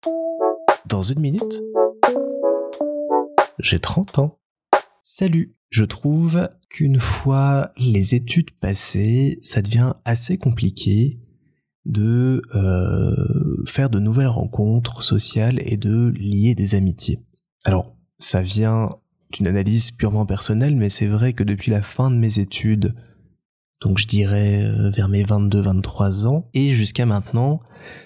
Dans une minute, j'ai 30 ans. Salut! Je trouve qu'une fois les études passées, ça devient assez compliqué de faire de nouvelles rencontres sociales et de lier des amitiés. Alors, ça vient d'une analyse purement personnelle, mais c'est vrai que depuis la fin de mes études, donc je dirais vers mes 22-23 ans, et jusqu'à maintenant,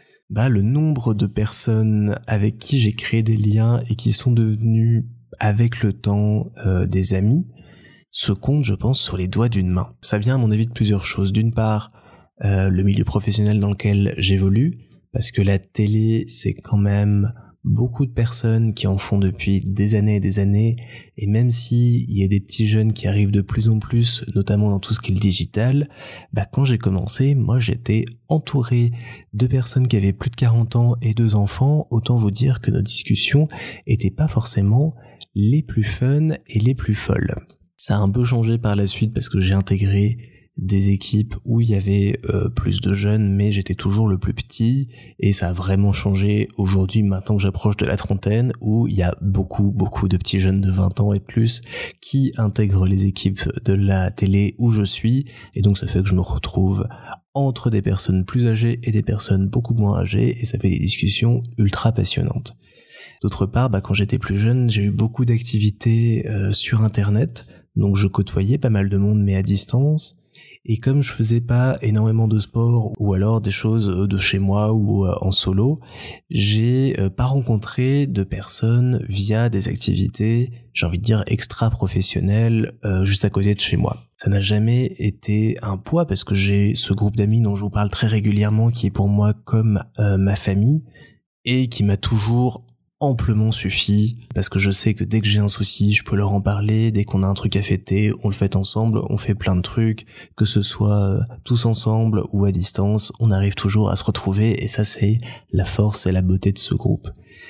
le nombre de personnes avec qui j'ai créé des liens et qui sont devenus avec le temps des amis se compte, je pense, sur les doigts d'une main. Ça vient à mon avis de plusieurs choses. D'une part, le milieu professionnel dans lequel j'évolue, parce que la télé, c'est quand même beaucoup de personnes qui en font depuis des années, et même s'il y a des petits jeunes qui arrivent de plus en plus, notamment dans tout ce qui est le digital, quand j'ai commencé, moi j'étais entouré de personnes qui avaient plus de 40 ans et 2 enfants, autant vous dire que nos discussions étaient pas forcément les plus fun et les plus folles. Ça a un peu changé par la suite parce que j'ai intégré des équipes où il y avait plus de jeunes, mais j'étais toujours le plus petit, et ça a vraiment changé aujourd'hui, maintenant que j'approche de la trentaine, où il y a beaucoup de petits jeunes de 20 ans et plus qui intègrent les équipes de la télé où je suis, et donc ça fait que je me retrouve entre des personnes plus âgées et des personnes beaucoup moins âgées, et ça fait des discussions ultra passionnantes. D'autre part, quand j'étais plus jeune, j'ai eu beaucoup d'activités sur Internet, donc je côtoyais pas mal de monde, mais à distance. Et comme je faisais pas énormément de sport ou alors des choses de chez moi ou en solo, j'ai pas rencontré de personnes via des activités, j'ai envie de dire extra-professionnelles, juste à côté de chez moi. Ça n'a jamais été un poids parce que j'ai ce groupe d'amis dont je vous parle très régulièrement qui est pour moi comme ma famille et qui m'a toujours amplement suffi, parce que je sais que dès que j'ai un souci, je peux leur en parler, dès qu'on a un truc à fêter, on le fête ensemble, on fait plein de trucs, que ce soit tous ensemble ou à distance, on arrive toujours à se retrouver, et ça c'est la force et la beauté de ce groupe.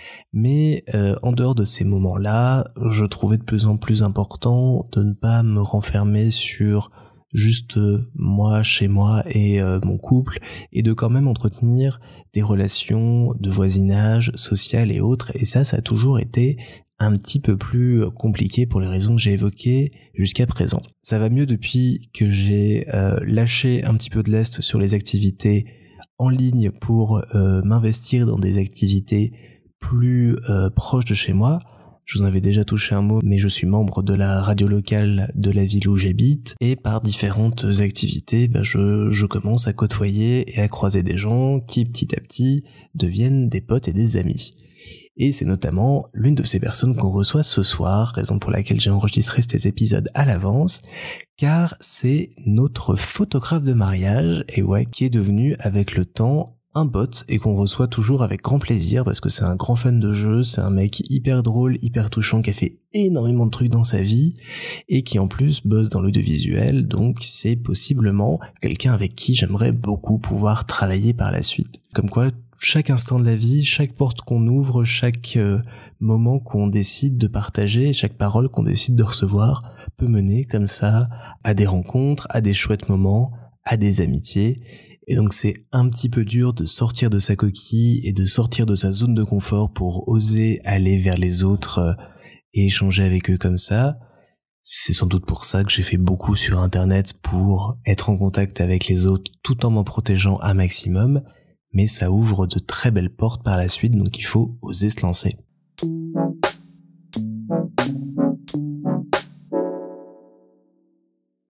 Mais en dehors de ces moments-là, je trouvais de plus en plus important de ne pas me renfermer sur juste moi, chez moi et mon couple, et de quand même entretenir des relations de voisinage, sociales et autres, et ça a toujours été un petit peu plus compliqué pour les raisons que j'ai évoquées jusqu'à présent. Ça va mieux depuis que j'ai lâché un petit peu de lest sur les activités en ligne pour m'investir dans des activités plus proches de chez moi. Je vous en avais déjà touché un mot, mais je suis membre de la radio locale de la ville où j'habite, et par différentes activités, je commence à côtoyer et à croiser des gens qui petit à petit deviennent des potes et des amis. Et c'est notamment l'une de ces personnes qu'on reçoit ce soir, raison pour laquelle j'ai enregistré cet épisode à l'avance, car c'est notre photographe de mariage, et qui est devenu avec le temps un pote et qu'on reçoit toujours avec grand plaisir parce que c'est un grand fan de jeu, c'est un mec hyper drôle, hyper touchant qui a fait énormément de trucs dans sa vie et qui en plus bosse dans l'audiovisuel, donc c'est possiblement quelqu'un avec qui j'aimerais beaucoup pouvoir travailler par la suite. Comme quoi, chaque instant de la vie, chaque porte qu'on ouvre, chaque moment qu'on décide de partager, chaque parole qu'on décide de recevoir peut mener comme ça à des rencontres, à des chouettes moments, à des amitiés. Et donc c'est un petit peu dur de sortir de sa coquille et de sortir de sa zone de confort pour oser aller vers les autres et échanger avec eux comme ça. C'est sans doute pour ça que j'ai fait beaucoup sur Internet pour être en contact avec les autres tout en m'en protégeant un maximum, mais ça ouvre de très belles portes par la suite, donc il faut oser se lancer.